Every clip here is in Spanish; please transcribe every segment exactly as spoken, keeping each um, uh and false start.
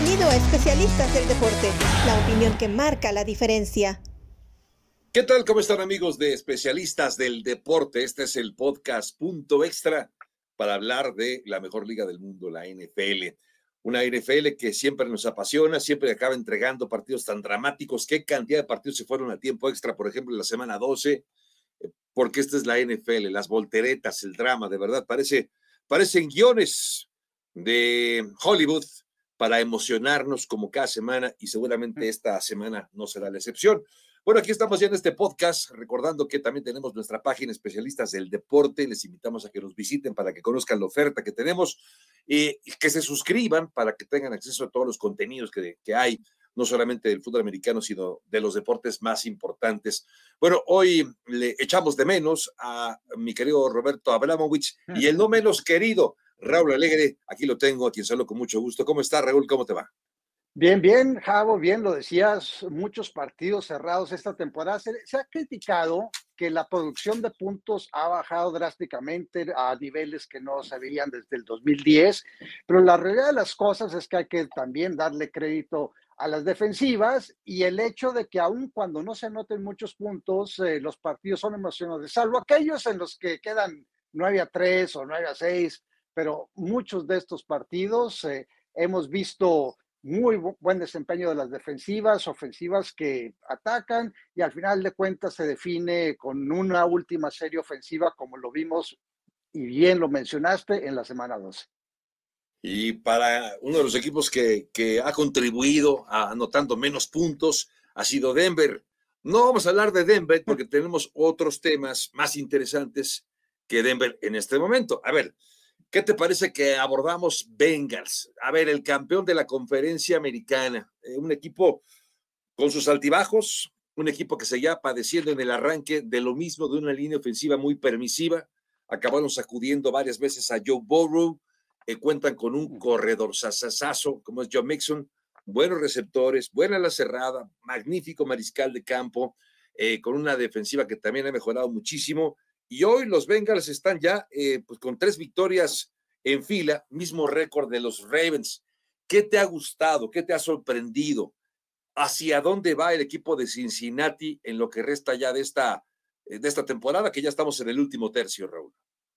Bienvenido a Especialistas del Deporte, la opinión que marca la diferencia. ¿Qué tal? ¿Cómo están, amigos de Especialistas del Deporte? Este es el podcast Punto Extra para hablar de la mejor liga del mundo, la N F L. Una N F L que siempre nos apasiona, siempre acaba entregando partidos tan dramáticos. ¿Qué cantidad de partidos se fueron a tiempo extra, por ejemplo, en la semana doce? Porque esta es la N F L, las volteretas, el drama, de verdad, parece, parecen guiones de Hollywood para emocionarnos como cada semana, y seguramente esta semana no será la excepción. Bueno, aquí estamos ya en este podcast, recordando que también tenemos nuestra página Especialistas del Deporte. Les invitamos a que nos visiten para que conozcan la oferta que tenemos y que se suscriban para que tengan acceso a todos los contenidos que, que hay, no solamente del fútbol americano, sino de los deportes más importantes. Bueno, hoy le echamos de menos a mi querido Roberto Abramovich y el no menos querido Raúl Alegre. Aquí lo tengo, a quien saludo con mucho gusto. ¿Cómo está, Raúl? ¿Cómo te va? Bien, bien, Javo, bien, lo decías, muchos partidos cerrados esta temporada. Se, se ha criticado que la producción de puntos ha bajado drásticamente a niveles que no se veían desde el dos mil diez, pero la realidad de las cosas es que hay que también darle crédito a las defensivas, y el hecho de que aun cuando no se anoten muchos puntos, eh, los partidos son emocionantes, salvo aquellos en los que quedan nueve a tres o nueve a seis, pero muchos de estos partidos eh, hemos visto muy buen desempeño de las defensivas, ofensivas que atacan, y al final de cuentas se define con una última serie ofensiva, como lo vimos y bien lo mencionaste en la semana doce. Y para uno de los equipos que, que ha contribuido a anotando menos puntos ha sido Denver. No vamos a hablar de Denver porque tenemos otros temas más interesantes que Denver en este momento. A ver, ¿qué te parece que abordamos Bengals? A ver, el campeón de la conferencia americana, eh, un equipo con sus altibajos, un equipo que seguía padeciendo en el arranque de lo mismo, de una línea ofensiva muy permisiva. Acabaron sacudiendo varias veces a Joe Burrow. Eh, cuentan con un corredor sasasazo como es Joe Mixon, buenos receptores, buena la cerrada, magnífico mariscal de campo, eh, con una defensiva que también ha mejorado muchísimo. Y hoy los Bengals están ya eh, pues con tres victorias en fila, mismo récord de los Ravens. ¿Qué te ha gustado? ¿Qué te ha sorprendido? ¿Hacia dónde va el equipo de Cincinnati en lo que resta ya de esta, de esta temporada, que ya estamos en el último tercio, Raúl?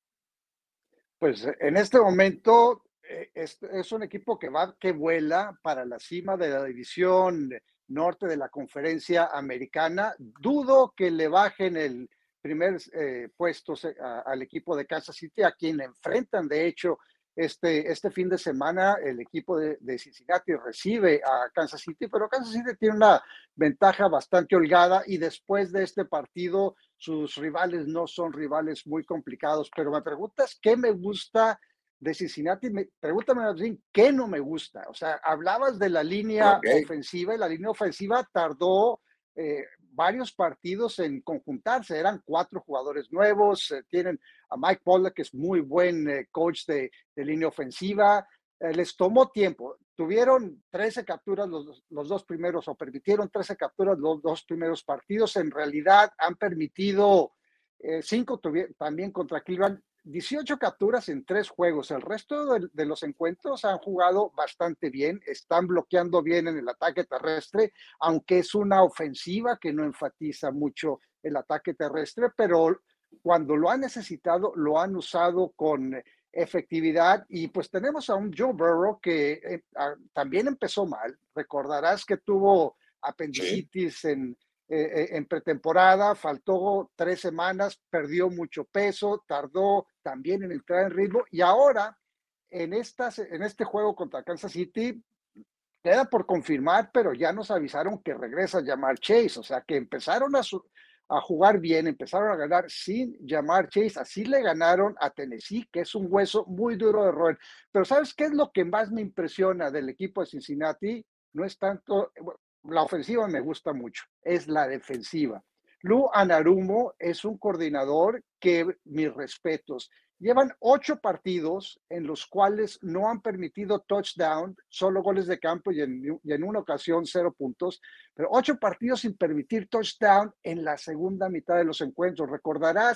Pues en este momento eh, es, es un equipo que va, que vuela para la cima de la división norte de la conferencia americana. Dudo que le bajen el primer eh, puesto a, al equipo de Kansas City, a quien enfrentan, de hecho, este, este fin de semana. El equipo de, de Cincinnati recibe a Kansas City, pero Kansas City tiene una ventaja bastante holgada, y después de este partido sus rivales no son rivales muy complicados. Pero me preguntas qué me gusta de Cincinnati, me, pregúntame más bien qué no me gusta. O sea, hablabas de la línea Okay. ofensiva, y la línea ofensiva tardó eh, varios partidos en conjuntarse. Eran cuatro jugadores nuevos, eh, tienen a Mike Pollack, que es muy buen eh, coach de, de línea ofensiva. Eh, les tomó tiempo. Tuvieron trece capturas los, los dos primeros, o permitieron trece capturas los dos primeros partidos. En realidad han permitido eh, cinco también contra Cleveland, dieciocho capturas en tres juegos. El resto de, de los encuentros han jugado bastante bien, están bloqueando bien en el ataque terrestre, aunque es una ofensiva que no enfatiza mucho el ataque terrestre, pero cuando lo han necesitado, lo han usado con efectividad. Y pues tenemos a un Joe Burrow que eh, a, también empezó mal. Recordarás que tuvo apendicitis sí. en, eh, en pretemporada, faltó tres semanas, perdió mucho peso, tardó también en entrar en ritmo, y ahora en, estas, en este juego contra Kansas City queda por confirmar, pero ya nos avisaron que regresa Ja'Marr Chase. O sea que empezaron a, su, a jugar bien, empezaron a ganar sin Ja'Marr Chase. Así le ganaron a Tennessee, que es un hueso muy duro de roer. Pero ¿sabes qué es lo que más me impresiona del equipo de Cincinnati? No es tanto, la ofensiva me gusta mucho, es la defensiva. Lou Anarumo es un coordinador que, mis respetos, llevan ocho partidos en los cuales no han permitido touchdown, solo goles de campo, y en, y en una ocasión cero puntos, pero ocho partidos sin permitir touchdown en la segunda mitad de los encuentros. Recordarás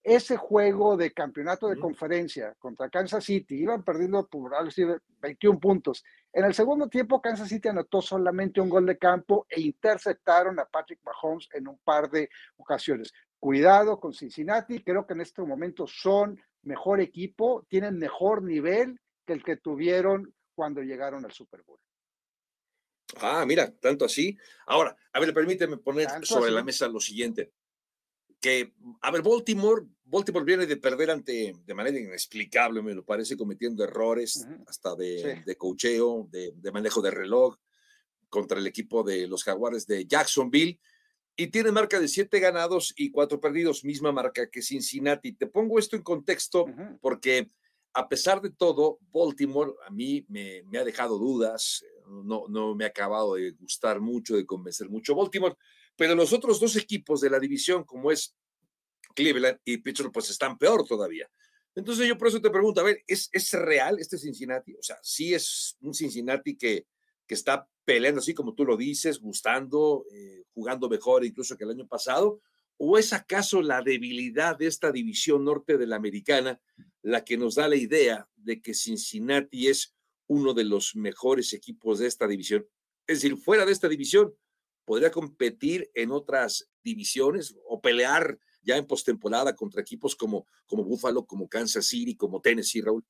ese juego de campeonato de Ujú. conferencia contra Kansas City, iban perdiendo por algo así, veintiún puntos. En el segundo tiempo, Kansas City anotó solamente un gol de campo e interceptaron a Patrick Mahomes en un par de ocasiones. Cuidado con Cincinnati, creo que en este momento son mejor equipo, tienen mejor nivel que el que tuvieron cuando llegaron al Super Bowl. Ah, mira, tanto así. Ahora, a ver, permíteme poner Tanto sobre la así. mesa lo siguiente, que, a ver, Baltimore, Baltimore viene de perder ante, de manera inexplicable, me lo parece, cometiendo errores Ujú. hasta Sí. de, de coacheo, de, de manejo de reloj contra el equipo de los Jaguares de Jacksonville, y tiene marca de siete ganados y cuatro perdidos, misma marca que Cincinnati. Te pongo esto en contexto Ujú. porque, a pesar de todo, Baltimore a mí me, me ha dejado dudas, no, no me ha acabado de gustar mucho, de convencer mucho Baltimore, pero los otros dos equipos de la división, como es Cleveland y Pittsburgh, pues están peor todavía. Entonces yo por eso te pregunto, a ver, ¿es, es real este Cincinnati? O sea, ¿sí es un Cincinnati que, que está peleando así como tú lo dices, gustando, eh, jugando mejor incluso que el año pasado? ¿O es acaso la debilidad de esta división norte de la americana la que nos da la idea de que Cincinnati es uno de los mejores equipos de esta división? Es decir, fuera de esta división, ¿podría competir en otras divisiones o pelear ya en postemporada contra equipos como, como Buffalo, como Kansas City, como Tennessee, Raúl?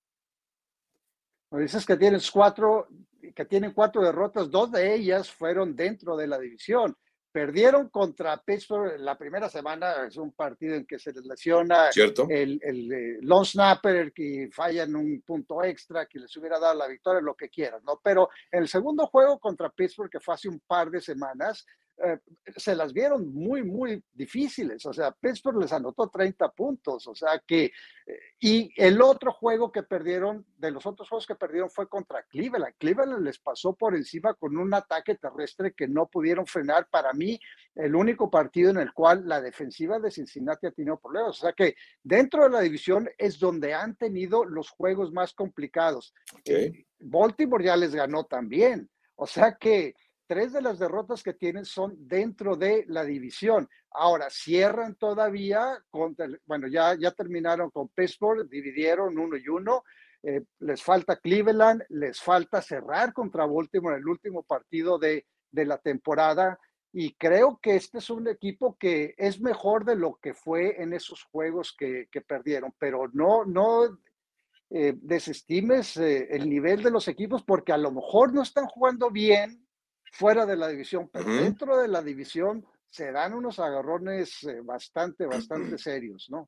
Me dices que tienes cuatro, que tienen cuatro derrotas, dos de ellas fueron dentro de la división. Perdieron contra Pittsburgh la primera semana, es un partido en que se les lesiona ¿Cierto? el, el, el long snapper, el que falla en un punto extra, que les hubiera dado la victoria, lo que quieras, ¿no? Pero en el segundo juego contra Pittsburgh, que fue hace un par de semanas, eh, se las vieron muy, muy difíciles. O sea, Pittsburgh les anotó treinta puntos, o sea que y el otro juego que perdieron, de los otros juegos que perdieron fue contra Cleveland. Cleveland les pasó por encima con un ataque terrestre que no pudieron frenar. Para mí, el único partido en el cual la defensiva de Cincinnati ha tenido problemas. O sea que dentro de la división es donde han tenido los juegos más complicados. Ok. Eh, Baltimore ya les ganó también. O sea que tres de las derrotas que tienen son dentro de la división. Ahora, cierran todavía, contra, bueno, ya, ya terminaron con Pittsburgh, dividieron uno y uno, eh, les falta Cleveland, les falta cerrar contra Baltimore el último partido de, de la temporada, y creo que este es un equipo que es mejor de lo que fue en esos juegos que, que perdieron, pero no, no eh, desestimes eh, el nivel de los equipos porque a lo mejor no están jugando bien fuera de la división, pero Ujú. dentro de la división se dan unos agarrones eh, bastante, bastante serios, ¿no?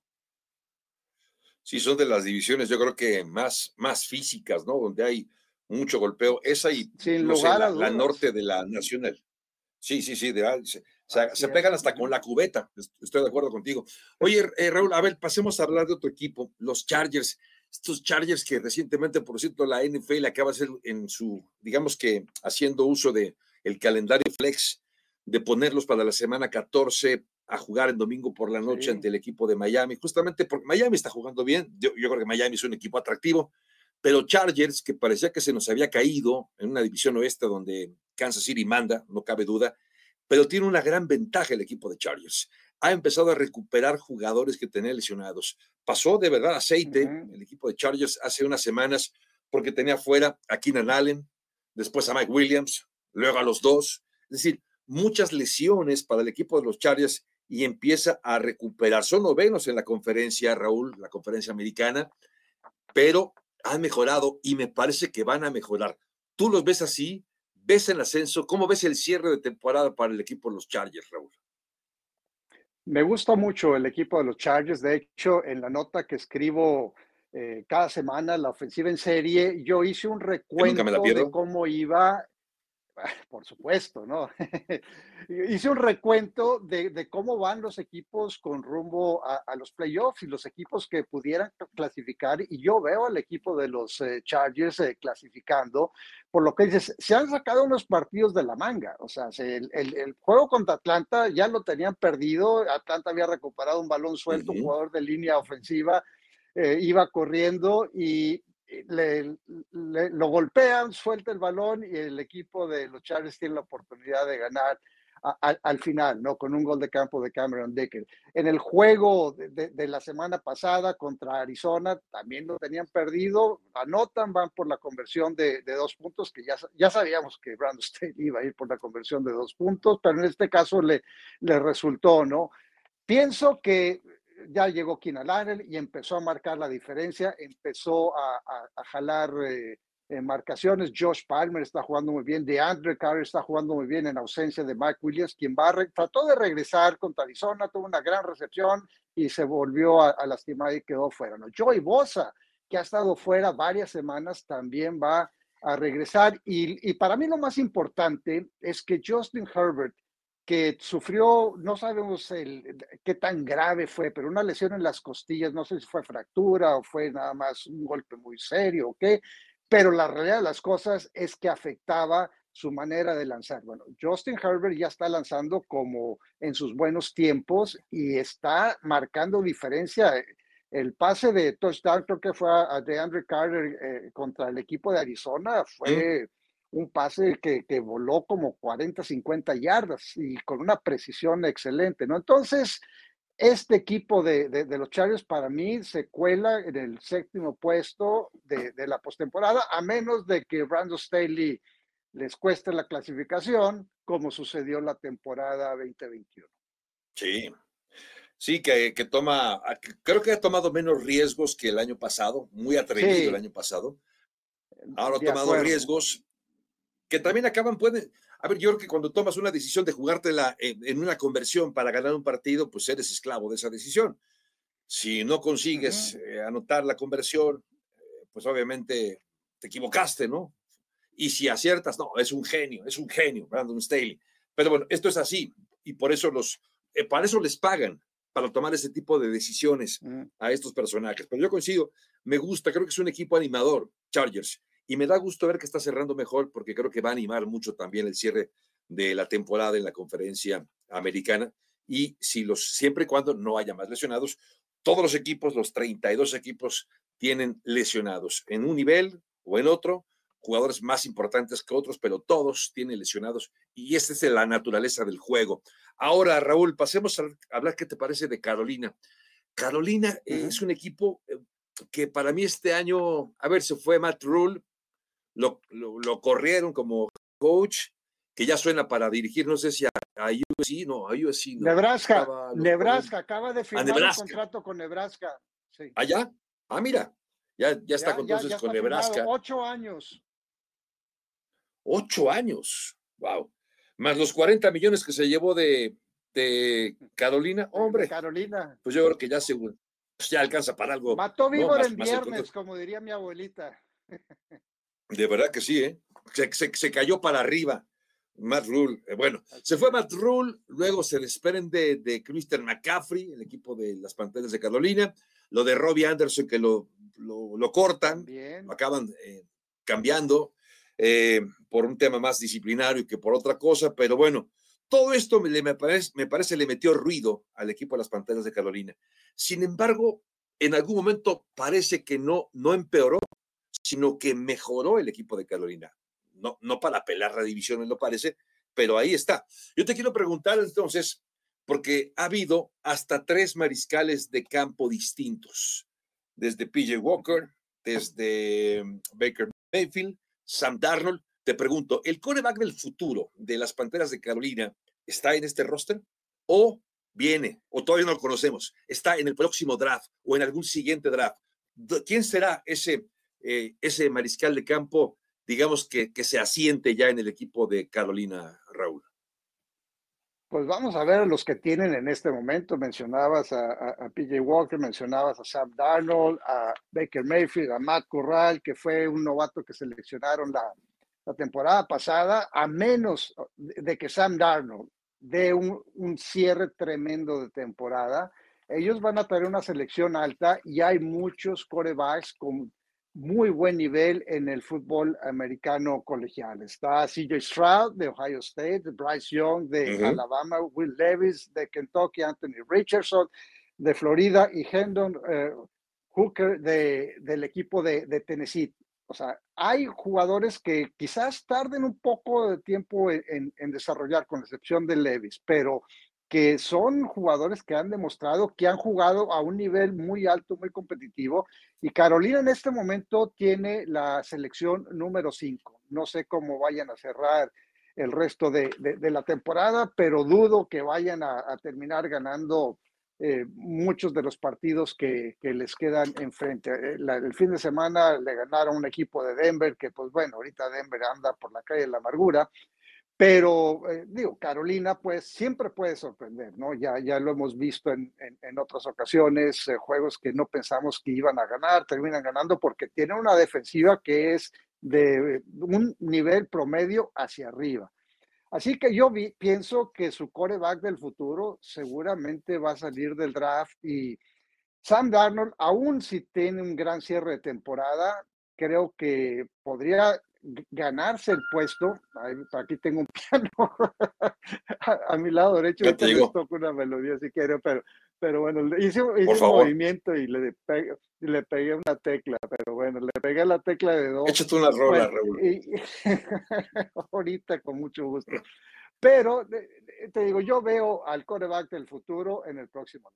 Sí, son de las divisiones, yo creo que más, más físicas, ¿no? Donde hay mucho golpeo. Esa y, Sin no sé, lugar a la, la dudas. norte de la nacional. Sí, sí, sí, de, se, se, Así se es. pegan hasta con Uh-huh. la cubeta. Estoy de acuerdo contigo. Oye, eh, Raúl, a ver, pasemos a hablar de otro equipo, los Chargers. Estos Chargers que recientemente, por cierto, la N F L acaba de hacer en su, digamos que haciendo uso de el calendario flex, de ponerlos para la semana catorce a jugar el domingo por la noche Sí. ante el equipo de Miami, justamente porque Miami está jugando bien. Yo, yo creo que Miami es un equipo atractivo, pero Chargers, que parecía que se nos había caído en una división oeste donde Kansas City manda, no cabe duda, pero tiene una gran ventaja el equipo de Chargers. Ha empezado a recuperar jugadores que tenía lesionados. Pasó de verdad aceite Uh-huh. el equipo de Chargers hace unas semanas porque tenía fuera a Keenan Allen, después a Mike Williams, luego a los dos. Es decir, muchas lesiones para el equipo de los Chargers y empieza a recuperar. Son novenos en la conferencia, Raúl, la conferencia americana, pero han mejorado y me parece que van a mejorar. ¿Tú los ves así? ¿Ves el ascenso? ¿Cómo ves el cierre de temporada para el equipo de los Chargers, Raúl? Me gusta mucho el equipo de los Chargers. De hecho, en la nota que escribo eh, cada semana, la ofensiva en serie, yo hice un Que nunca me la recuento de pierdo. cómo iba. Por supuesto, ¿no? Hice un recuento de, de, cómo van los equipos con rumbo a, a, los playoffs y los equipos que pudieran clasificar. Y yo veo al equipo de los eh, Chargers eh, clasificando. Por lo que dices, se han sacado unos partidos de la manga. O sea, se, el, el, el juego contra Atlanta ya lo tenían perdido. Atlanta había recuperado un balón Uh suelto, un -huh. jugador de línea ofensiva eh, iba corriendo y Le, le, lo golpean, suelta el balón y el equipo de los Chargers tiene la oportunidad de ganar. a, a, al final, ¿no? Con un gol de campo de Cameron Dicker. En el juego de, de, de la semana pasada contra Arizona, también lo tenían perdido, anotan, van por la conversión de, de dos puntos, que ya, ya sabíamos que Brandon Staley iba a ir por la conversión de dos puntos, pero en este caso le, le resultó, ¿no? Pienso que ya llegó Keenan Allen y empezó a marcar la diferencia, empezó a, a, a jalar eh, en marcaciones. Josh Palmer está jugando muy bien, DeAndre Carter está jugando muy bien en ausencia de Mike Williams, quien va a trató de regresar contra Arizona, tuvo una gran recepción y se volvió a, a lastimar y quedó fuera, ¿no? Joey Bosa, que ha estado fuera varias semanas, también va a regresar. Y, y para mí lo más importante es que Justin Herbert, que sufrió, no sabemos el, qué tan grave fue, pero una lesión en las costillas, no sé si fue fractura o fue nada más un golpe muy serio o qué, pero la realidad de las cosas es que afectaba su manera de lanzar. Bueno, Justin Herbert ya está lanzando como en sus buenos tiempos y está marcando diferencia. El pase de touchdown, creo que fue a DeAndre Carter eh, contra el equipo de Arizona, fue... Mm. un pase que, que voló como cuarenta, cincuenta yardas y con una precisión excelente, ¿no? Entonces, este equipo de, de, de los Chargers para mí se cuela en el séptimo puesto de, de la postemporada, a menos de que Brandon Staley les cueste la clasificación, como sucedió la temporada veinte veintiuno. Sí, sí, que, que toma, creo que ha tomado menos riesgos que el año pasado, muy atrevido sí. el año pasado. Ahora ha tomado acuerdo. riesgos que también acaban, pueden, a ver, yo creo que cuando tomas una decisión de jugártela en, en una conversión para ganar un partido, pues eres esclavo de esa decisión. Si no consigues uh-huh. eh, anotar la conversión, eh, pues obviamente te equivocaste, ¿no? Y si aciertas, no, es un genio, es un genio, Brandon Staley. Pero bueno, esto es así, y por eso los, eh, para eso les pagan, para tomar ese tipo de decisiones uh-huh. a estos personajes. Pero yo coincido, me gusta, creo que es un equipo animador, Chargers. Y me da gusto ver que está cerrando mejor porque creo que va a animar mucho también el cierre de la temporada en la conferencia americana. Y si los, siempre y cuando no haya más lesionados, todos los equipos, los treinta y dos equipos, tienen lesionados en un nivel o en otro, jugadores más importantes que otros, pero todos tienen lesionados. Y esta es la naturaleza del juego. Ahora, Raúl, pasemos a hablar qué te parece de Carolina. Carolina uh-huh. es un equipo que para mí este año, a ver, se fue Matt Rule. Lo, lo, lo corrieron como coach, que ya suena para dirigir, no sé si a, a U S C, no, a U S C no. Nebraska, Acaba, Nebraska, acaba de firmar un contrato con Nebraska. Sí. ¿Allá? Ah, mira, ya, ya está ya, entonces ya, ya con está Nebraska. Firmado, ocho años. Ocho años, wow. Más los cuarenta millones que se llevó de, de Carolina, hombre. De Carolina. Pues yo creo que ya se, pues ya alcanza para algo. Mató víbora ¿no? en viernes, como diría mi abuelita. De verdad que sí, ¿eh? Se, se, se cayó para arriba Matt Rule. Eh, bueno, se fue Matt Rule, luego se desprende de Christian McCaffrey, el equipo de las Panteras de Carolina, lo de Robbie Anderson que lo, lo, lo cortan, Bien. lo acaban eh, cambiando eh, por un tema más disciplinario que por otra cosa, pero bueno, todo esto me, me, parece, me parece le metió ruido al equipo de las Panteras de Carolina. Sin embargo, en algún momento parece que no, no empeoró, sino que mejoró el equipo de Carolina. No, no para pelar la división, me lo parece, pero ahí está. Yo te quiero preguntar entonces, porque ha habido hasta tres mariscales de campo distintos, desde P J Walker, desde Baker Mayfield, Sam Darnold. Te pregunto, ¿el quarterback del futuro de las Panteras de Carolina está en este roster? ¿O viene, o todavía no lo conocemos, está en el próximo draft o en algún siguiente draft? ¿Quién será ese Eh, ese mariscal de campo, digamos que, que se asiente ya en el equipo de Carolina, Raúl? Pues vamos a ver los que tienen en este momento. Mencionabas a, a, a P J Walker, mencionabas a Sam Darnold, a Baker Mayfield, a Matt Corral, que fue un novato que seleccionaron la, la temporada pasada, a menos de, de que Sam Darnold dé un, un cierre tremendo de temporada. Ellos van a tener una selección alta y hay muchos quarterbacks con muy buen nivel en el fútbol americano colegial. Está C J Stroud de Ohio State, Bryce Young de uh-huh. Alabama, Will Levis de Kentucky, Anthony Richardson de Florida y Hendon uh, Hooker de, del equipo de, de Tennessee. O sea, hay jugadores que quizás tarden un poco de tiempo en, en- en desarrollar, con excepción de Levis, pero que son jugadores que han demostrado que han jugado a un nivel muy alto, muy competitivo. Y Carolina en este momento tiene la selección número cinco. No sé cómo vayan a cerrar el resto de, de- de la temporada, pero dudo que vayan a, a terminar ganando eh, muchos de los partidos que, que les quedan enfrente. Eh, la- el fin de semana le ganaron un equipo de Denver, que pues bueno, ahorita Denver anda por la calle de la amargura, pero eh, digo, Carolina pues siempre puede sorprender, ¿no? Ya, ya lo hemos visto en, en, en otras ocasiones, eh, juegos que no pensamos que iban a ganar, terminan ganando porque tienen una defensiva que es de un nivel promedio hacia arriba. Así que yo vi- pienso que su coreback del futuro seguramente va a salir del draft y Sam Darnold, aún si tiene un gran cierre de temporada, creo que podría g- ganarse el puesto. Ahí- aquí tengo un piano a, a mi lado derecho, Ya te ahorita les digo, toco una melodía si quiero, pero, pero bueno, le hice, un- por hice un favor, movimiento y le, pe- le pegué una tecla, pero bueno, le pegué la tecla de do. échate una rola, Bueno, Raúl. y, ahorita con mucho gusto. Pero de- de- te digo, yo veo al quarterback del futuro en el próximo.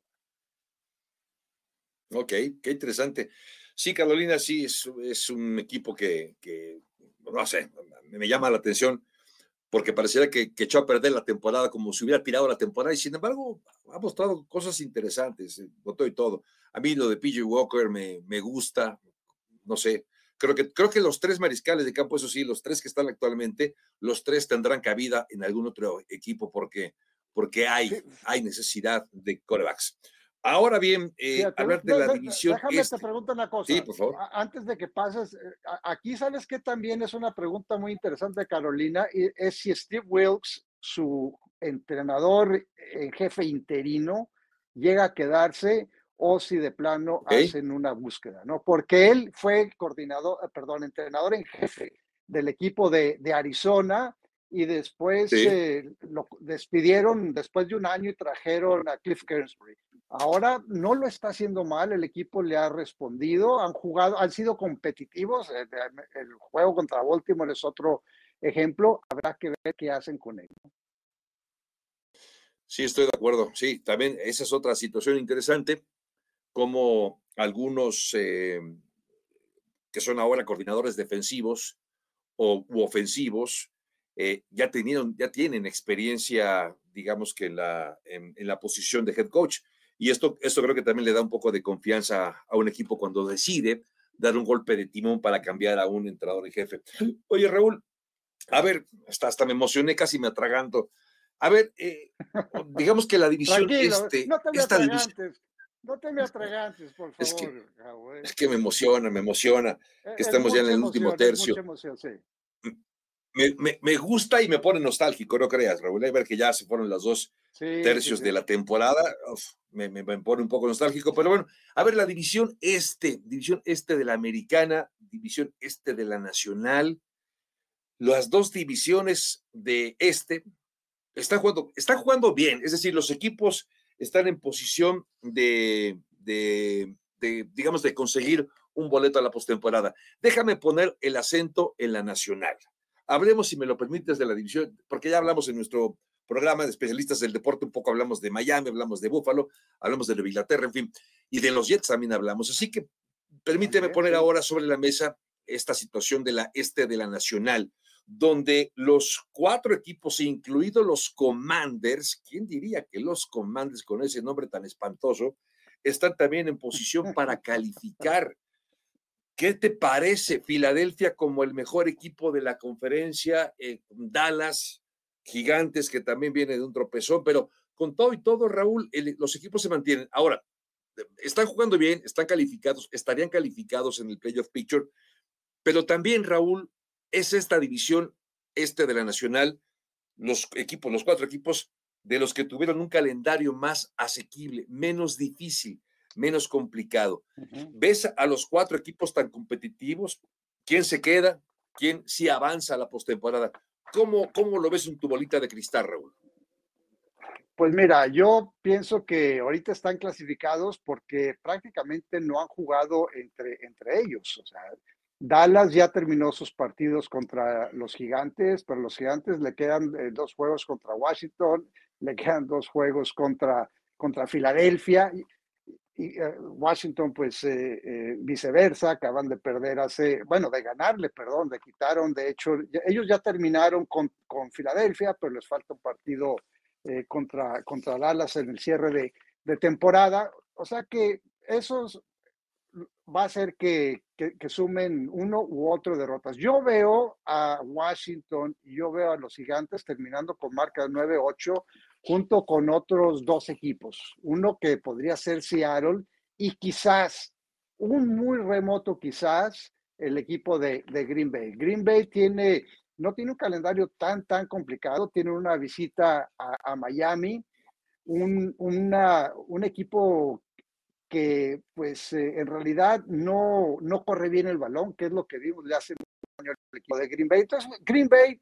Ok, qué interesante. Sí, Carolina, sí, es, es un equipo que, que, no sé, me llama la atención porque pareciera que, que echó a perder la temporada como si hubiera tirado la temporada y sin embargo ha mostrado cosas interesantes, eh, con todo y todo. A mí lo de P J Walker me, me gusta, no sé, creo que, creo que los tres mariscales de campo, eso sí, los tres que están actualmente, los tres tendrán cabida en algún otro equipo porque, porque hay, Sí, hay necesidad de corebacks. Ahora bien, eh, fíjate, hablar de de- la de- de- división déjame te este. pregunto una Sí, cosa. por favor. A- Antes de que pases, eh, a- aquí sabes que también es una pregunta muy interesante de Carolina, y es si Steve Wilkes, su entrenador en jefe interino, llega a quedarse o si de plano Ok, hacen una búsqueda, ¿no? Porque él fue coordinador, eh, perdón, entrenador en jefe del equipo de, de Arizona y después sí. eh, lo despidieron después de un año y trajeron a Cliff Kingsbury. Ahora no lo está haciendo mal, el equipo le ha respondido, han jugado, han sido competitivos. El, el juego contra Baltimore es otro ejemplo, habrá que ver qué hacen con él. Sí, estoy de acuerdo. Sí, también esa es otra situación interesante, como algunos eh, que son ahora coordinadores defensivos o u ofensivos eh, ya, tenieron, ya tienen experiencia, digamos que en la, en, en la posición de head coach. Y esto, esto creo que también le da un poco de confianza a un equipo cuando decide dar un golpe de timón para cambiar a un entrenador en jefe. Oye, Raúl, a ver, hasta, hasta me emocioné, casi me atraganto. A ver, eh, digamos que la división Tranquilo, este, no te me esta división, atragantes, no te me atragantes, por es que, favor, Raúl. es que me emociona, me emociona que Es estamos ya en mucha el último emoción, es tercio. mucha emoción, sí. Me, me, me gusta y me pone nostálgico, no creas, Raúl, hay ver que ya se fueron los dos Sí, sí, tercios sí. de la temporada, uf, me, me, me pone un poco nostálgico, pero bueno, a ver, la división este, división este de la americana, división este de la nacional, las dos divisiones de este, están jugando, están jugando bien, es decir, los equipos están en posición de, de, de digamos, de conseguir un boleto a la postemporada. Déjame poner el acento en la nacional. Hablemos, si me lo permites, de la división, porque ya hablamos en nuestro programa de especialistas del deporte, un poco hablamos de Miami, hablamos de Buffalo, hablamos de Nueva Inglaterra, en fin, y de los Jets también hablamos. Así que permíteme También, poner sí. ahora sobre la mesa esta situación de la este de la nacional, donde los cuatro equipos, incluidos los Commanders, ¿quién diría que los Commanders con ese nombre tan espantoso, están también en posición para calificar? ¿Qué te parece Filadelfia como el mejor equipo de la conferencia? Eh, Dallas, Gigantes, que también viene de un tropezón, pero con todo y todo, Raúl, el, los equipos se mantienen. Ahora, están jugando bien, están calificados, estarían calificados en el playoff picture, pero también, Raúl, es esta división este de la Nacional, los equipos, los cuatro equipos de los que tuvieron un calendario más asequible, menos difícil, menos complicado. Uh -huh. ¿Ves a los cuatro equipos tan competitivos? ¿Quién se queda? ¿Quién sí avanza a la postemporada? ¿Cómo, ¿Cómo lo ves en tu bolita de cristal, Raúl? Pues mira, yo pienso que ahorita están clasificados porque prácticamente no han jugado entre, entre ellos. O sea, Dallas ya terminó sus partidos contra los Gigantes, pero los Gigantes le quedan eh, dos juegos contra Washington, le quedan dos juegos contra, contra Filadelfia. Y, y uh, Washington, pues eh, eh, viceversa, acaban de perder hace, bueno, de ganarle, perdón, le quitaron, de hecho, ya, ellos ya terminaron con, con Filadelfia, pero les falta un partido eh, contra, contra Dallas en el cierre de, de temporada. O sea que esos va a ser que, que, que, sumen uno u otro derrotas. Yo veo a Washington y yo veo a los Gigantes terminando con marca de nueve ocho junto con otros dos equipos. Uno que podría ser Seattle y quizás, un muy remoto quizás, el equipo de, de Green Bay. Green Bay tiene, no tiene un calendario tan, tan complicado. Tiene una visita a, a Miami, un, una, un equipo que pues eh, en realidad no, no corre bien el balón, que es lo que vimos de hace un año el equipo de Green Bay. Entonces, Green Bay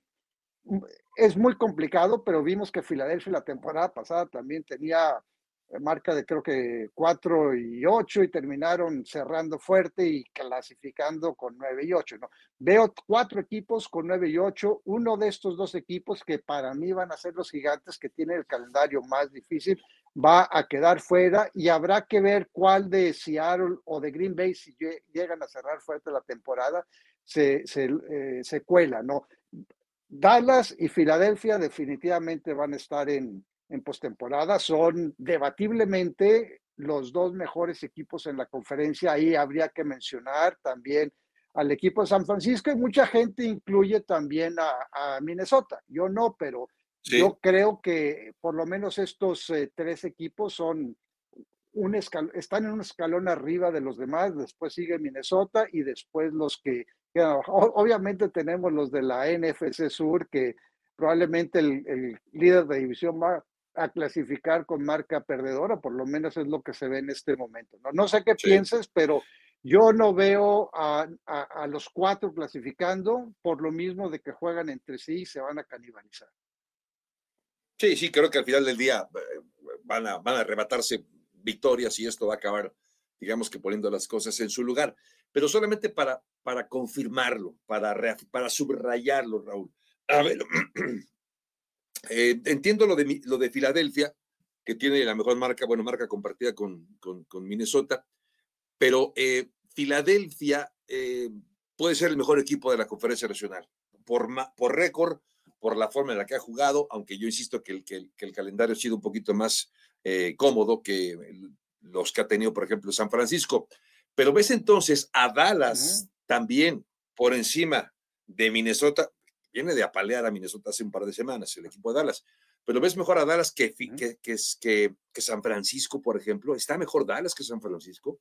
es muy complicado, pero vimos que Filadelfia la temporada pasada también tenía marca de creo que cuatro y ocho y terminaron cerrando fuerte y clasificando con nueve y ocho, ¿no? Veo cuatro equipos con nueve y ocho, uno de estos dos equipos que para mí van a ser los Gigantes, que tienen el calendario más difícil, va a quedar fuera y habrá que ver cuál de Seattle o de Green Bay, si llegan a cerrar fuerte la temporada, se, se, eh, se cuela, ¿no? Dallas y Filadelfia definitivamente van a estar en, en postemporada, son debatiblemente los dos mejores equipos en la conferencia. Ahí habría que mencionar también al equipo de San Francisco y mucha gente incluye también a, a Minnesota. Yo no, pero sí. Yo creo que por lo menos estos eh, tres equipos son un escal están en un escalón arriba de los demás, después sigue Minnesota y después los que quedan. Obviamente tenemos los de la N F C Sur, que probablemente el, el líder de división va a clasificar con marca perdedora, por lo menos es lo que se ve en este momento. No, no sé qué sí. pienses, pero yo no veo a, a, a los cuatro clasificando por lo mismo de que juegan entre sí y se van a canibalizar. Sí, sí, creo que al final del día van a, van a arrebatarse victorias y esto va a acabar, digamos que poniendo las cosas en su lugar. Pero solamente para, para confirmarlo, para, para subrayarlo, Raúl. A ver, eh, entiendo lo de, lo de Filadelfia, que tiene la mejor marca, bueno, marca compartida con, con, con Minnesota, pero eh, Filadelfia eh, puede ser el mejor equipo de la Conferencia Nacional, por, por récord, por la forma en la que ha jugado, aunque yo insisto que el, que el, que el calendario ha sido un poquito más eh, cómodo que el, los que ha tenido, por ejemplo, San Francisco. Pero ves entonces a Dallas uh-huh. también por encima de Minnesota. Viene de apalear a Minnesota hace un par de semanas el equipo de Dallas, pero ves mejor a Dallas que, uh-huh. que, que, que, que San Francisco, por ejemplo. ¿Está mejor Dallas que San Francisco?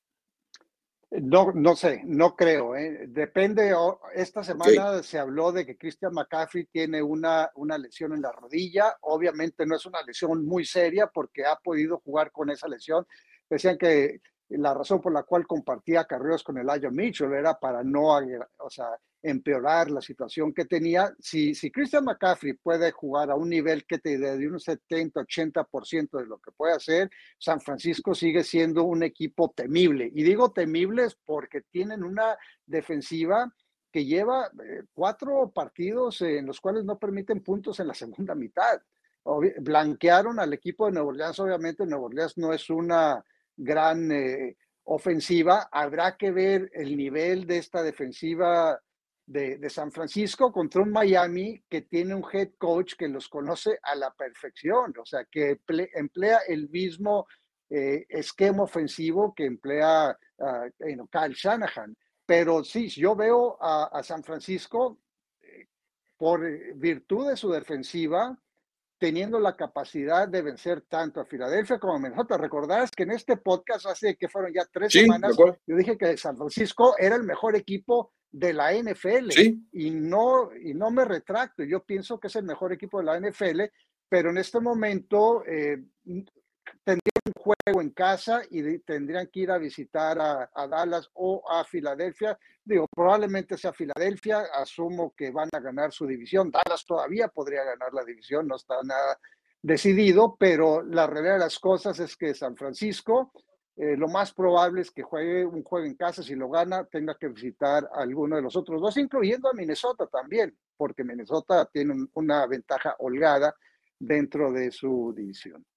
No, no sé, no creo. ¿eh? Depende. Esta semana okay. se habló de que Christian McCaffrey tiene una, una lesión en la rodilla. Obviamente no es una lesión muy seria porque ha podido jugar con esa lesión. Decían que la razón por la cual compartía acarreos con Elijah Mitchell era para no, o sea, empeorar la situación que tenía. Si, si Christian McCaffrey puede jugar a un nivel que te dé de un setenta, ochenta por ciento de lo que puede hacer, San Francisco sigue siendo un equipo temible. Y digo temibles porque tienen una defensiva que lleva eh, cuatro partidos en los cuales no permiten puntos en la segunda mitad. Obvi- blanquearon al equipo de Nueva Orleans. Obviamente Nueva Orleans no es una gran eh, ofensiva. Habrá que ver el nivel de esta defensiva De, de San Francisco contra un Miami que tiene un head coach que los conoce a la perfección, o sea, que emplea el mismo eh, esquema ofensivo que emplea uh, you know, Kyle Shanahan. Pero sí, yo veo a, a San Francisco, eh, por virtud de su defensiva, teniendo la capacidad de vencer tanto a Filadelfia como a Minnesota. Recordarás que en este podcast, hace que fueron ya tres sí, semanas, yo dije que San Francisco era el mejor equipo de la N F L. Sí. Y, no, y no me retracto. Yo pienso que es el mejor equipo de la N F L, pero en este momento eh, tendrían un juego en casa y de, tendrían que ir a visitar a, a Dallas o a Filadelfia. Digo, probablemente sea Filadelfia, asumo que van a ganar su división. Dallas todavía podría ganar la división, no está nada decidido, pero la realidad de las cosas es que San Francisco Eh, lo más probable es que juegue un juego en casa, si lo gana, tenga que visitar a alguno de los otros dos, incluyendo a Minnesota también, porque Minnesota tiene un, una ventaja holgada dentro de su división.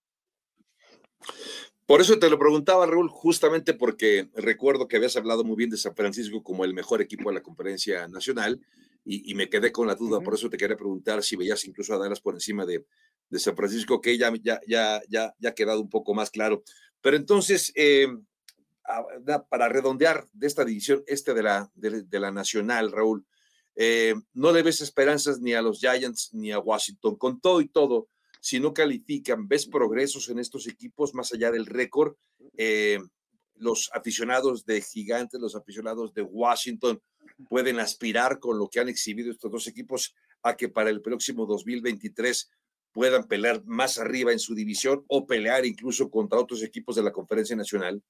Por eso te lo preguntaba, Raúl, justamente porque recuerdo que habías hablado muy bien de San Francisco como el mejor equipo de la Conferencia Nacional y, y me quedé con la duda, por Uh-huh. eso te quería preguntar si veías incluso a Dallas por encima de, de San Francisco, que ya, ya, ya, ya, ya ha quedado un poco más claro. Pero entonces, eh, para redondear de esta división este de la, de, de la Nacional, Raúl, eh, no le ves esperanzas ni a los Giants ni a Washington, con todo y todo. Si no califican, ¿ves progresos en estos equipos más allá del récord? Eh, los aficionados de Gigantes, los aficionados de Washington pueden aspirar con lo que han exhibido estos dos equipos a que para el próximo dos mil veintitrés puedan pelear más arriba en su división o pelear incluso contra otros equipos de la Conferencia Nacional.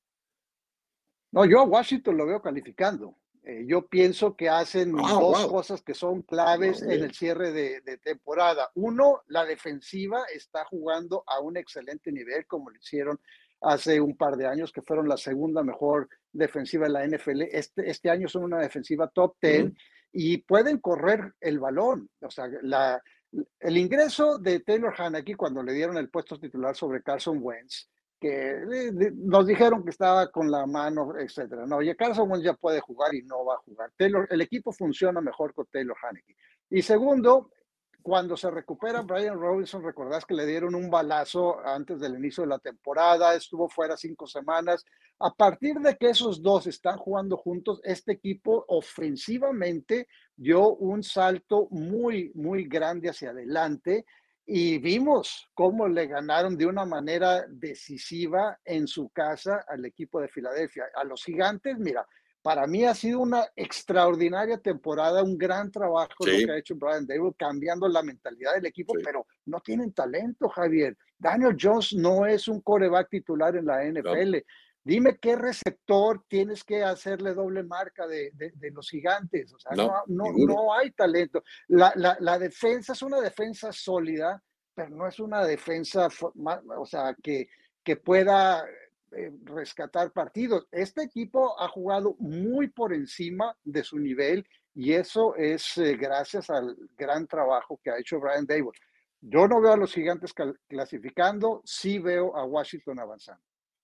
No, yo a Washington lo veo calificando. Eh, yo pienso que hacen Oh, dos wow. cosas que son claves en el cierre de, de temporada. Uno, la defensiva está jugando a un excelente nivel, como lo hicieron hace un par de años, que fueron la segunda mejor defensiva de la N F L. Este, este año son una defensiva top diez uh-huh. y pueden correr el balón. O sea, la, el ingreso de Taylor Heinicke cuando le dieron el puesto titular sobre Carson Wentz, que nos dijeron que estaba con la mano, etcétera. No, y Carson Wentz ya puede jugar y no va a jugar. Taylor, el equipo funciona mejor con Taylor Heinicke. Y segundo, cuando se recupera Brian Robinson, recordás que le dieron un balazo antes del inicio de la temporada, estuvo fuera cinco semanas. A partir de que esos dos están jugando juntos, este equipo ofensivamente dio un salto muy, muy grande hacia adelante. Y vimos cómo le ganaron de una manera decisiva en su casa al equipo de Filadelfia. A los Gigantes, mira, para mí ha sido una extraordinaria temporada, un gran trabajo sí. lo que ha hecho Brian Daboll, cambiando la mentalidad del equipo, sí. pero no tienen talento, Javier. Daniel Jones no es un quarterback titular en la N F L. No. Dime qué receptor tienes que hacerle doble marca de, de, de los Gigantes. O sea, no, no, no, no hay talento. La, la, la defensa es una defensa sólida, pero no es una defensa, o sea, que, que pueda eh, rescatar partidos. Este equipo ha jugado muy por encima de su nivel y eso es eh, gracias al gran trabajo que ha hecho Brian Daboll. Yo no veo a los Gigantes clasificando, sí veo a Washington avanzando.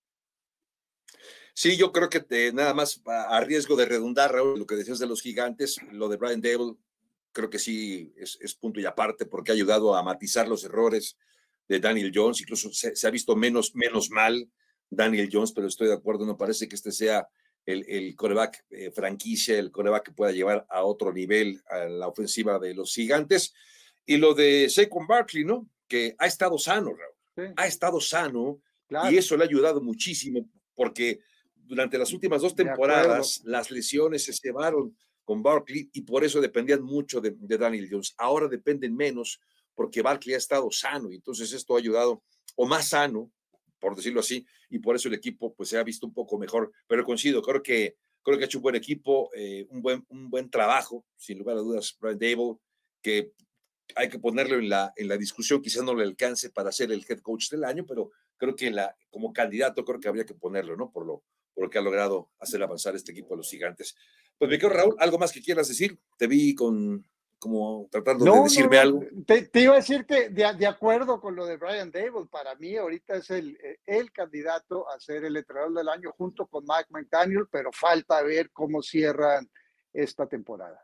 Sí, yo creo que te, nada más a riesgo de redundar, Raúl, lo que decías de los Gigantes, lo de Brian Daboll, creo que sí es, es punto y aparte porque ha ayudado a matizar los errores de Daniel Jones, incluso se, se ha visto menos, menos mal Daniel Jones, pero estoy de acuerdo, no parece que este sea el, el quarterback eh, franquicia, el quarterback que pueda llevar a otro nivel a la ofensiva de los Gigantes. Y lo de Saquon Barkley, ¿no? Que ha estado sano, Raúl, sí. ha estado sano claro. y eso le ha ayudado muchísimo porque durante las últimas dos temporadas las lesiones se llevaron con Barkley y por eso dependían mucho de, de Daniel Jones. Ahora dependen menos porque Barkley ha estado sano y entonces esto ha ayudado, o más sano, por decirlo así, y por eso el equipo pues se ha visto un poco mejor. Pero coincido, creo que, creo que ha hecho un buen equipo, eh, un, buen, un buen trabajo, sin lugar a dudas, Brian Daboll, que hay que ponerlo en la, en la discusión, quizás no le alcance para ser el head coach del año, pero creo que la, como candidato creo que habría que ponerlo, ¿no? Por lo, por lo que ha logrado hacer avanzar este equipo de los Gigantes. Pues me quedo, Raúl, ¿algo más que quieras decir? Te vi con, como tratando no, de decirme no, no. algo. Te, te iba a decir que de, de acuerdo con lo de Brian Daboll, para mí ahorita es el, el candidato a ser el entrenador del año junto con Mike McDaniel, pero falta ver cómo cierran esta temporada.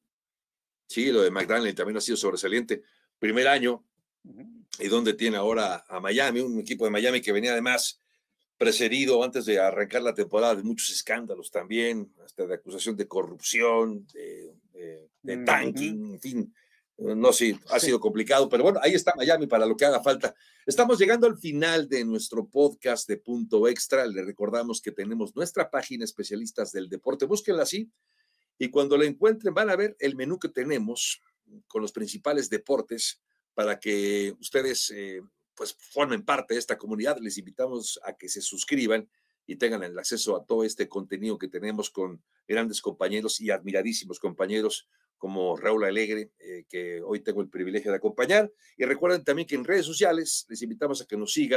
Sí, lo de McDaniel también ha sido sobresaliente. Primer año, uh-huh. y donde tiene ahora a Miami, un equipo de Miami que venía además precedido antes de arrancar la temporada de muchos escándalos también, hasta de acusación de corrupción, de, de, de tanking, uh-huh. en fin, no sé, ha sí. sido complicado, pero bueno, ahí está Miami para lo que haga falta. Estamos llegando al final de nuestro podcast de Punto Extra. Le recordamos que tenemos nuestra página Especialistas del Deporte, búsquenla así, y cuando la encuentren van a ver el menú que tenemos con los principales deportes para que ustedes eh, pues formen parte de esta comunidad. Les invitamos a que se suscriban y tengan el acceso a todo este contenido que tenemos con grandes compañeros y admiradísimos compañeros como Raúl Alegre, eh, que hoy tengo el privilegio de acompañar. Y recuerden también que en redes sociales les invitamos a que nos sigan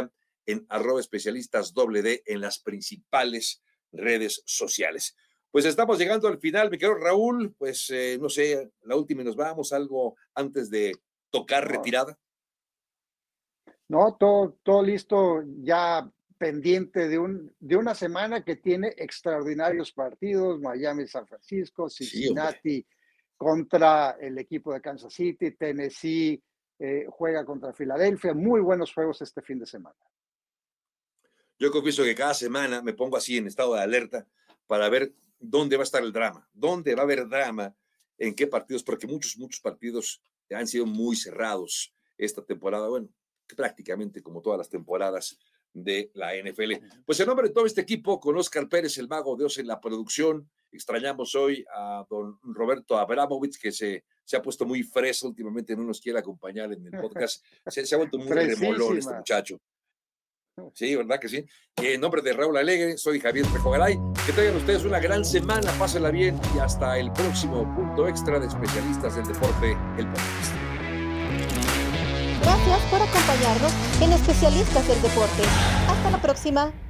en arroba especialistas doble D en las principales redes sociales. Pues estamos llegando al final, mi querido Raúl, pues eh, no sé, la última y nos vamos, algo antes de tocar retirada. No, todo, todo listo, ya pendiente de, un, de una semana que tiene extraordinarios partidos, Miami, San Francisco, Cincinnati sí, contra el equipo de Kansas City, Tennessee eh, juega contra Filadelfia, muy buenos juegos este fin de semana. Yo confieso que cada semana me pongo así en estado de alerta para ver dónde va a estar el drama, dónde va a haber drama, en qué partidos, porque muchos, muchos partidos han sido muy cerrados esta temporada, bueno, prácticamente como todas las temporadas de la N F L. Pues en nombre de todo este equipo, con Oscar Pérez, el mago de Oz en la producción, extrañamos hoy a don Roberto Abramovich, que se, se ha puesto muy freso últimamente, no nos quiere acompañar en el podcast, se, se ha vuelto muy remolón este muchacho. Sí, ¿verdad que sí? Y en nombre de Raúl Alegre, soy Javier Trejogaray. Que tengan ustedes una gran semana, pásenla bien y hasta el próximo punto extra de Especialistas del Deporte, el podcast. Gracias por acompañarnos en Especialistas del Deporte. Hasta la próxima.